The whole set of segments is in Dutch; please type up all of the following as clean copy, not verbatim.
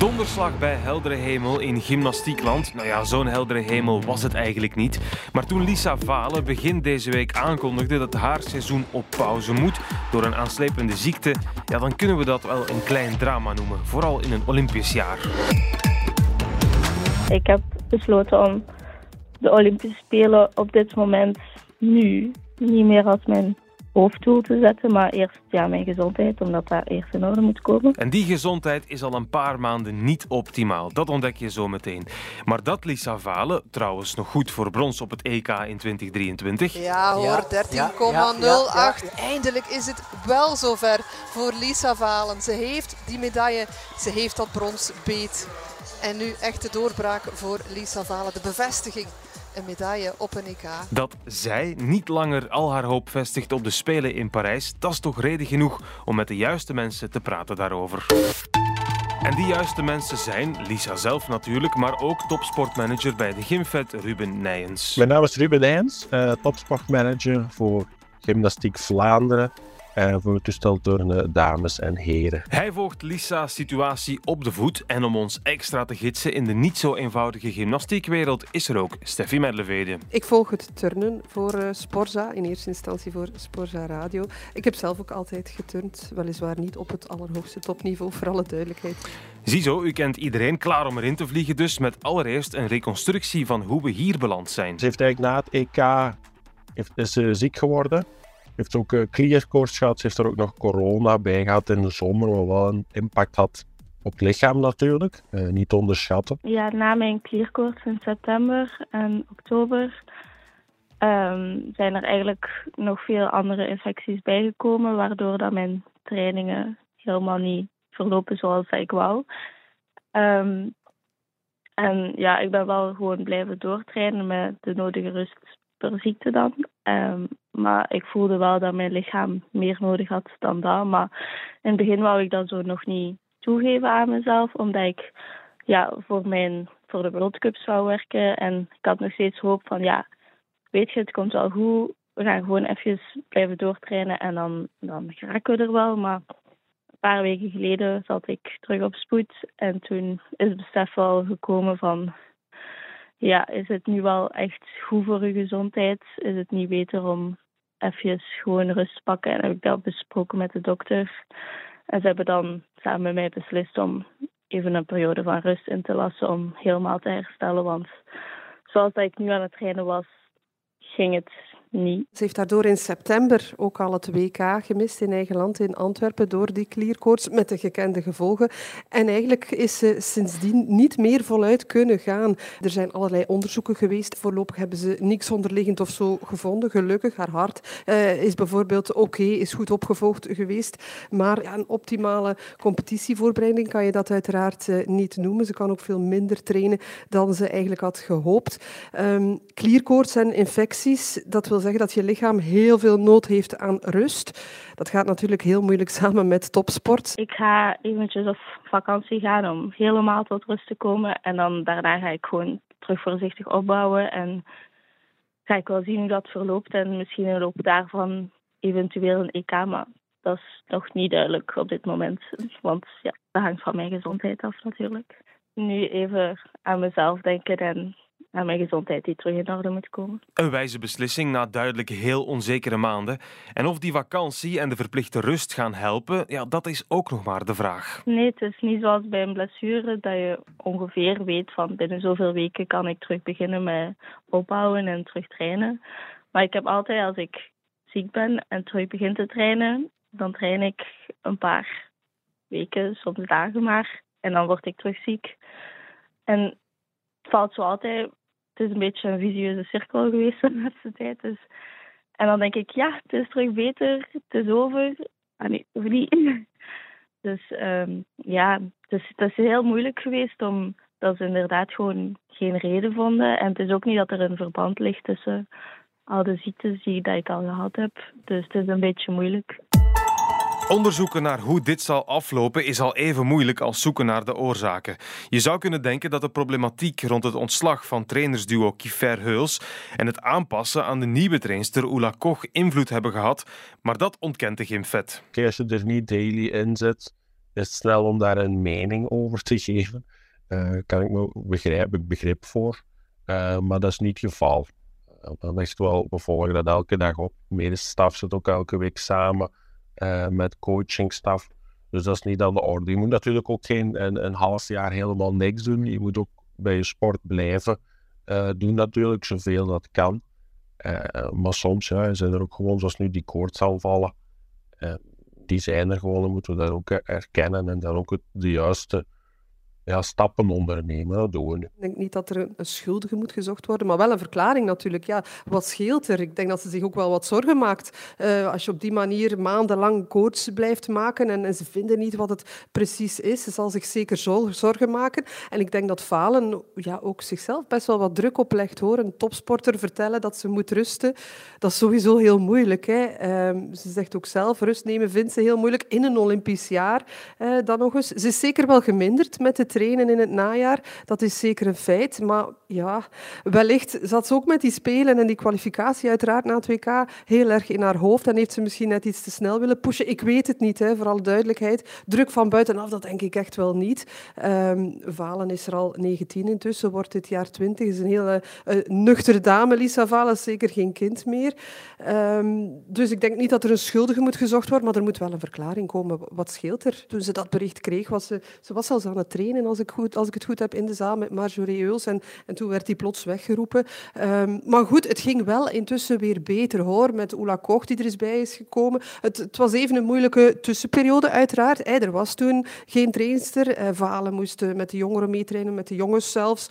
Donderslag bij heldere hemel in gymnastiekland. Nou ja, zo'n heldere hemel was het eigenlijk niet. Maar toen Lisa Valen begin deze week aankondigde dat haar seizoen op pauze moet door een aanslepende ziekte, ja, dan kunnen we dat wel een klein drama noemen. Vooral in een Olympisch jaar. Ik heb besloten om de Olympische Spelen op dit moment nu niet meer als mijn hoofddoel te zetten, maar eerst mijn gezondheid, omdat daar eerst in orde moet komen. En die gezondheid is al een paar maanden niet optimaal. Dat ontdek je zo meteen. Maar dat Lisa Valen, trouwens nog goed voor brons op het EK in 2023. Ja hoor, 13,08. Eindelijk is het wel zover voor Lisa Valen. Ze heeft die medaille, ze heeft dat brons beet. En nu echt de doorbraak voor Lisa Valen, de bevestiging. Een medaille op een EK. Dat zij niet langer al haar hoop vestigt op de Spelen in Parijs, dat is toch reden genoeg om met de juiste mensen te praten daarover. En die juiste mensen zijn Lisa zelf natuurlijk, maar ook topsportmanager bij de Gymfed, Ruben Nijens. Mijn naam is Ruben Nijens, topsportmanager voor Gymnastiek Vlaanderen. Voor het toestel door dames en heren. Hij volgt Lisa's situatie op de voet. En om ons extra te gidsen in de niet zo eenvoudige gymnastiekwereld is er ook Steffi Merlevede. Ik volg het turnen voor Sporza, in eerste instantie voor Sporza Radio. Ik heb zelf ook altijd geturnd, weliswaar niet op het allerhoogste topniveau, voor alle duidelijkheid. Ziezo, u kent iedereen, klaar om erin te vliegen dus, met allereerst een reconstructie van hoe we hier beland zijn. Ze heeft eigenlijk na het EK is ziek geworden. Heeft ook clearkoorts gehad. Ze heeft er ook nog corona bij gehad in de zomer, wat wel een impact had op het lichaam natuurlijk. Niet te onderschatten. Ja, na mijn clearkoorts in september en oktober zijn er eigenlijk nog veel andere infecties bijgekomen, waardoor dat mijn trainingen helemaal niet verlopen zoals ik wou. En ja, ik ben wel gewoon blijven doortrainen met de nodige rust per ziekte dan. Maar ik voelde wel dat mijn lichaam meer nodig had dan dat. Maar in het begin wou ik dat zo nog niet toegeven aan mezelf, omdat ik voor de World Cups zou werken. En ik had nog steeds hoop van, weet je, het komt wel goed. We gaan gewoon even blijven doortrainen en dan geraken we er wel. Maar een paar weken geleden zat ik terug op spoed. En toen is het besef wel gekomen van, is het nu wel echt goed voor je gezondheid? Is het niet beter om even gewoon rust te pakken? En heb ik dat besproken met de dokter. En ze hebben dan samen met mij beslist om even een periode van rust in te lassen om helemaal te herstellen. Want zoals dat ik nu aan het trainen was, ging het niet. Ze heeft daardoor in september ook al het WK gemist in eigen land in Antwerpen door die clearkoorts met de gekende gevolgen. En eigenlijk is ze sindsdien niet meer voluit kunnen gaan. Er zijn allerlei onderzoeken geweest. Voorlopig hebben ze niks onderliggend of zo gevonden. Gelukkig, haar hart is bijvoorbeeld oké, is goed opgevolgd geweest. Maar een optimale competitievoorbereiding kan je dat uiteraard niet noemen. Ze kan ook veel minder trainen dan ze eigenlijk had gehoopt. Clearkoorts en infecties, dat wil zeggen dat je lichaam heel veel nood heeft aan rust. Dat gaat natuurlijk heel moeilijk samen met topsport. Ik ga eventjes op vakantie gaan om helemaal tot rust te komen. En dan daarna ga ik gewoon terug voorzichtig opbouwen. En ga ik wel zien hoe dat verloopt. En misschien in de loop daarvan eventueel een EK. Maar dat is nog niet duidelijk op dit moment. Want dat hangt van mijn gezondheid af natuurlijk. Nu even aan mezelf denken en aan mijn gezondheid die terug in orde moet komen. Een wijze beslissing na duidelijk heel onzekere maanden. En of die vakantie en de verplichte rust gaan helpen, dat is ook nog maar de vraag. Nee, het is niet zoals bij een blessure dat je ongeveer weet van binnen zoveel weken kan ik terug beginnen met opbouwen en terug trainen. Maar ik heb altijd, als ik ziek ben en terug begin te trainen, dan train ik een paar weken, soms dagen maar. En dan word ik terug ziek. En het valt zo altijd. Het is een beetje een visieuze cirkel geweest de laatste tijd. Dus. En dan denk ik, het is terug beter, het is over. Nee, of niet. Dus het is heel moeilijk geweest omdat ze inderdaad gewoon geen reden vonden. En het is ook niet dat er een verband ligt tussen al de ziektes die ik al gehad heb. Dus het is een beetje moeilijk. Onderzoeken naar hoe dit zal aflopen is al even moeilijk als zoeken naar de oorzaken. Je zou kunnen denken dat de problematiek rond het ontslag van trainersduo Kiefer Heuls en het aanpassen aan de nieuwe trainster Oela Koch invloed hebben gehad, maar dat ontkent de Gymfed. Als je er niet daily in zit, is snel om daar een mening over te geven. Kan ik me begrip voor. Maar dat is niet het geval. Dan is het wel, we volgen dat elke dag op. Medische staf zit ook elke week samen met coachingstaf. Dus dat is niet aan de orde. Je moet natuurlijk ook geen een half jaar helemaal niks doen. Je moet ook bij je sport blijven. Doen natuurlijk zoveel dat kan. Maar soms zijn er ook gewoon, zoals nu, die koortsaanvallen. Die zijn er gewoon, dan moeten we dat ook erkennen en dan ook de juiste stappen ondernemen. Dat doen we nu. Ik denk niet dat er een schuldige moet gezocht worden, maar wel een verklaring natuurlijk. Ja, wat scheelt er? Ik denk dat ze zich ook wel wat zorgen maakt. Als je op die manier maandenlang coach blijft maken en ze vinden niet wat het precies is, ze zal zich zeker zorgen maken. En ik denk dat Valen ook zichzelf best wel wat druk oplegt, hoor. Een topsporter vertellen dat ze moet rusten, dat is sowieso heel moeilijk. Hè. Ze zegt ook zelf, rust nemen vindt ze heel moeilijk in een Olympisch jaar. Dan nog eens. Ze is zeker wel geminderd met het trainen in het najaar. Dat is zeker een feit. Maar ja, wellicht zat ze ook met die Spelen en die kwalificatie uiteraard na het WK heel erg in haar hoofd en heeft ze misschien net iets te snel willen pushen. Ik weet het niet, voor alle duidelijkheid. Druk van buitenaf, dat denk ik echt wel niet. Valen is er al 19 intussen, wordt dit jaar 20. Is een hele nuchtere dame, Lisa Valen, is zeker geen kind meer. Dus ik denk niet dat er een schuldige moet gezocht worden, maar er moet wel een verklaring komen. Wat scheelt er? Toen ze dat bericht kreeg, ze was zelfs aan het trainen, als ik het goed heb, in de zaal met Marjorie Euls. En toen werd hij plots weggeroepen. Maar goed, het ging wel intussen weer beter, hoor. Met Oela Koch, die er eens bij is gekomen. Het was even een moeilijke tussenperiode, uiteraard. Er was toen geen trainster. Valen moest met de jongeren meetrainen, met de jongens zelfs.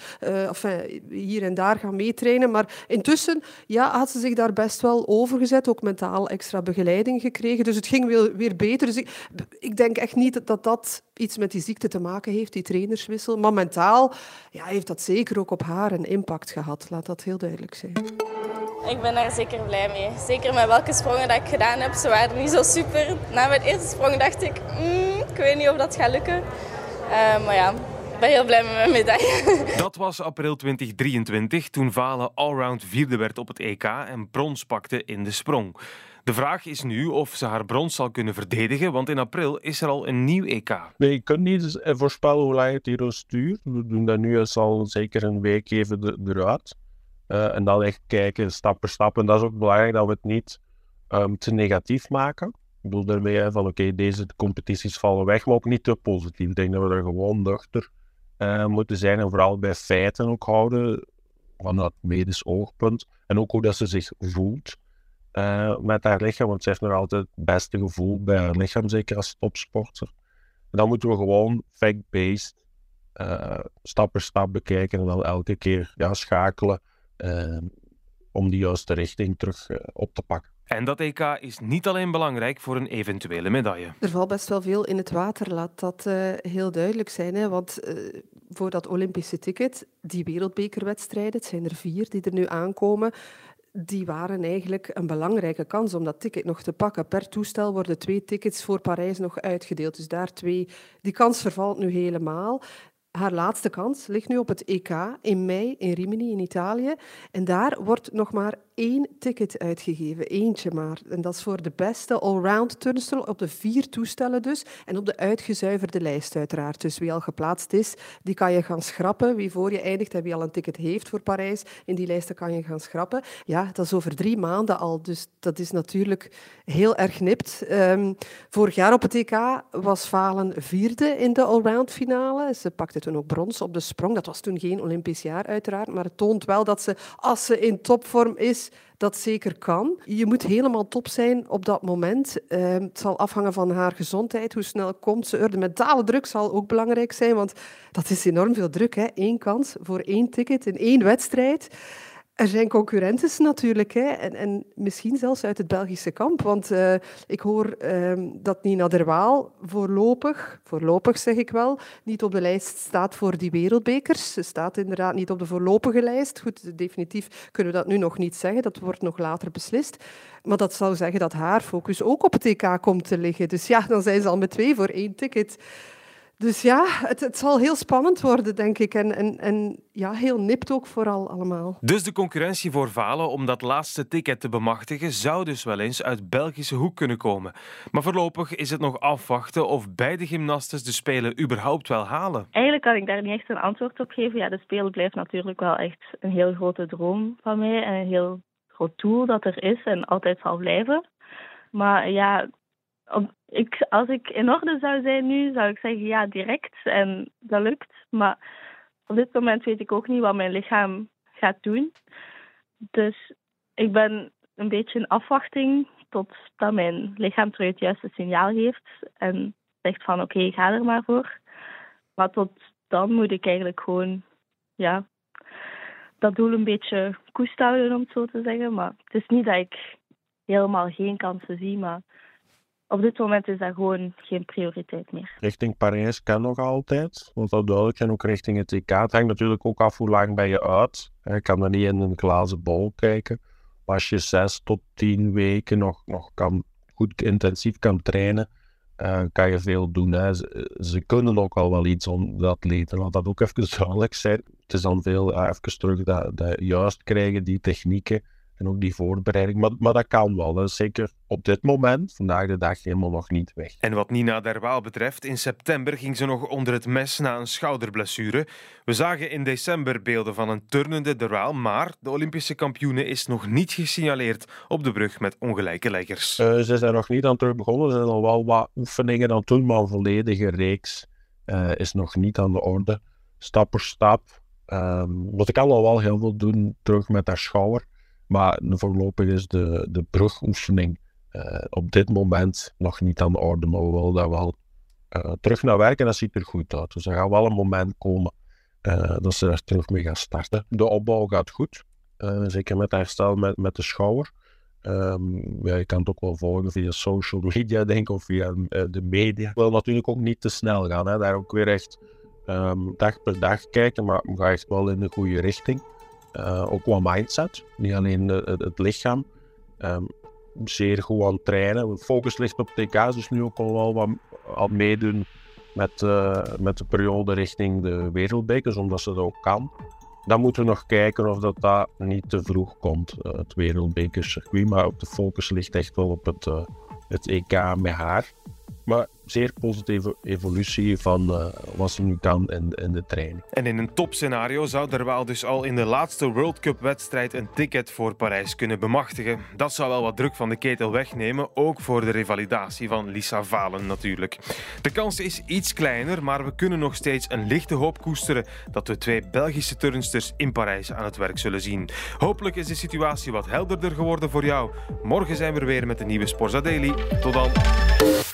Hier en daar gaan meetrainen. Maar intussen had ze zich daar best wel over gezet. Ook mentaal extra begeleiding gekregen. Dus het ging weer beter. Dus ik denk echt niet dat iets met die ziekte te maken heeft, die trainerswissel. Maar mentaal heeft dat zeker ook op haar een impact gehad. Laat dat heel duidelijk zijn. Ik ben daar zeker blij mee. Zeker met welke sprongen dat ik gedaan heb. Ze waren niet zo super. Na mijn eerste sprong dacht ik, ik weet niet of dat gaat lukken. Maar ja, ik ben heel blij met mijn medaille. Dat was april 2023, toen Valen allround vierde werd op het EK en brons pakte in de sprong. De vraag is nu of ze haar brons zal kunnen verdedigen, want in april is er al een nieuw EK. Nee, je kunt niet voorspellen hoe lang het hier duurt. We doen dat nu al zeker een week even eruit. En dan echt kijken, stap per stap. En dat is ook belangrijk dat we het niet te negatief maken. Ik bedoel daarmee van oké, deze competities vallen weg, maar ook niet te positief. Ik denk dat we er gewoon nuchter moeten zijn en vooral bij feiten ook houden, vanuit medisch oogpunt. En ook hoe dat ze zich voelt met haar lichaam, want ze heeft nog altijd het beste gevoel bij haar lichaam, zeker als topsporter. En dan moeten we gewoon fact-based stap per stap bekijken en dan elke keer schakelen om die juiste richting terug op te pakken. En dat EK is niet alleen belangrijk voor een eventuele medaille. Er valt best wel veel in het water, laat dat heel duidelijk zijn. Hè? Want voor dat Olympische ticket, die wereldbekerwedstrijden, het zijn er 4 die er nu aankomen, die waren eigenlijk een belangrijke kans om dat ticket nog te pakken. Per toestel worden 2 tickets voor Parijs nog uitgedeeld. Dus daar 2. Die kans vervalt nu helemaal. Haar laatste kans ligt nu op het EK in mei in Rimini in Italië. En daar wordt nog maar 1 ticket uitgegeven. Eentje maar. En dat is voor de beste allround turnstel op de 4 toestellen dus. En op de uitgezuiverde lijst uiteraard. Dus wie al geplaatst is, die kan je gaan schrappen. Wie voor je eindigt en wie al een ticket heeft voor Parijs, in die lijsten kan je gaan schrappen. Ja, dat is over 3 maanden al. Dus dat is natuurlijk heel erg nipt. Vorig jaar op het EK was Valen 4e in de allround finale. Ze pakte toen ook brons op de sprong. Dat was toen geen Olympisch jaar uiteraard, maar het toont wel dat ze, als ze in topvorm is, dat zeker kan. Je moet helemaal top zijn op dat moment. Het zal afhangen van haar gezondheid. Hoe snel komt ze er? De mentale druk zal ook belangrijk zijn, want dat is enorm veel druk. 1 kans voor 1 ticket in 1 wedstrijd. Er zijn concurrentes natuurlijk, en misschien zelfs uit het Belgische kamp. Want ik hoor dat Nina Der Waal voorlopig zeg ik wel, niet op de lijst staat voor die wereldbekers. Ze staat inderdaad niet op de voorlopige lijst. Goed, definitief kunnen we dat nu nog niet zeggen. Dat wordt nog later beslist. Maar dat zou zeggen dat haar focus ook op het EK komt te liggen. Dus ja, dan zijn ze al met 2 voor 1 ticket. Dus ja, het zal heel spannend worden, denk ik. En ja, heel nipt ook vooral allemaal. Dus de concurrentie voor Valen om dat laatste ticket te bemachtigen zou dus wel eens uit Belgische hoek kunnen komen. Maar voorlopig is het nog afwachten of beide gymnastes de Spelen überhaupt wel halen. Eigenlijk kan ik daar niet echt een antwoord op geven. Ja, de Spelen blijft natuurlijk wel echt een heel grote droom van mij en een heel groot doel dat er is en altijd zal blijven. Maar ja, als ik in orde zou zijn nu, zou ik zeggen ja, direct en dat lukt. Maar op dit moment weet ik ook niet wat mijn lichaam gaat doen. Dus ik ben een beetje in afwachting totdat mijn lichaam terug het juiste signaal geeft en zegt van oké, ga er maar voor. Maar tot dan moet ik eigenlijk gewoon dat doel een beetje koest houden, om het zo te zeggen. Maar het is niet dat ik helemaal geen kansen zie, maar op dit moment is dat gewoon geen prioriteit meer. Richting Parijs kan nog altijd, want dat duidelijk en ook richting het EK. Het hangt natuurlijk ook af hoe lang ben je uit. Je kan er niet in een glazen bol kijken. Maar als je 6 tot 10 weken nog goed intensief kan trainen, kan je veel doen. Hè. Ze kunnen ook al wel iets om de atleten. Laat dat ook even duidelijk zijn. Het is dan veel even terug dat juist krijgen, die technieken. En ook die voorbereiding. Maar dat kan wel. Dat is zeker op dit moment, vandaag de dag, helemaal nog niet weg. En wat Nina Derwaal betreft, in september ging ze nog onder het mes na een schouderblessure. We zagen in december beelden van een turnende Derwaal, maar de Olympische kampioene is nog niet gesignaleerd op de brug met ongelijke leggers. Ze zijn nog niet aan terug begonnen. Er zijn al wel wat oefeningen aan doen, maar een volledige reeks is nog niet aan de orde. Stap voor stap. Want ik kan al wel heel veel doen terug met haar schouder. Maar voorlopig is de brugoefening op dit moment nog niet aan de orde. Maar we willen daar wel terug naar werken en dat ziet er goed uit. Dus er gaat wel een moment komen dat ze er terug mee gaan starten. De opbouw gaat goed. Zeker met herstel met de schouder. Je kan het ook wel volgen via social media, denk ik, of via de media. Ik wil natuurlijk ook niet te snel gaan. Hè. Daar ook weer echt dag per dag kijken, maar we gaan echt wel in de goede richting. Ook wat mindset, niet alleen het lichaam. Zeer goed aan het trainen. De focus ligt op TK's, dus nu ook al wel wat aan meedoen met de periode richting de wereldbekers, omdat ze dat ook kan. Dan moeten we nog kijken of dat niet te vroeg komt, het wereldbekercircuit. Maar de focus ligt echt wel op het EK met haar. Maar zeer positieve evolutie van wat ze nu kan in de training. En in een topscenario zou Derwaal dus al in de laatste World Cup wedstrijd een ticket voor Parijs kunnen bemachtigen. Dat zou wel wat druk van de ketel wegnemen, ook voor de revalidatie van Lisa Valen natuurlijk. De kans is iets kleiner, maar we kunnen nog steeds een lichte hoop koesteren dat we 2 Belgische turnsters in Parijs aan het werk zullen zien. Hopelijk is de situatie wat helderder geworden voor jou. Morgen zijn we er weer met een nieuwe Sporza Daily. Tot dan!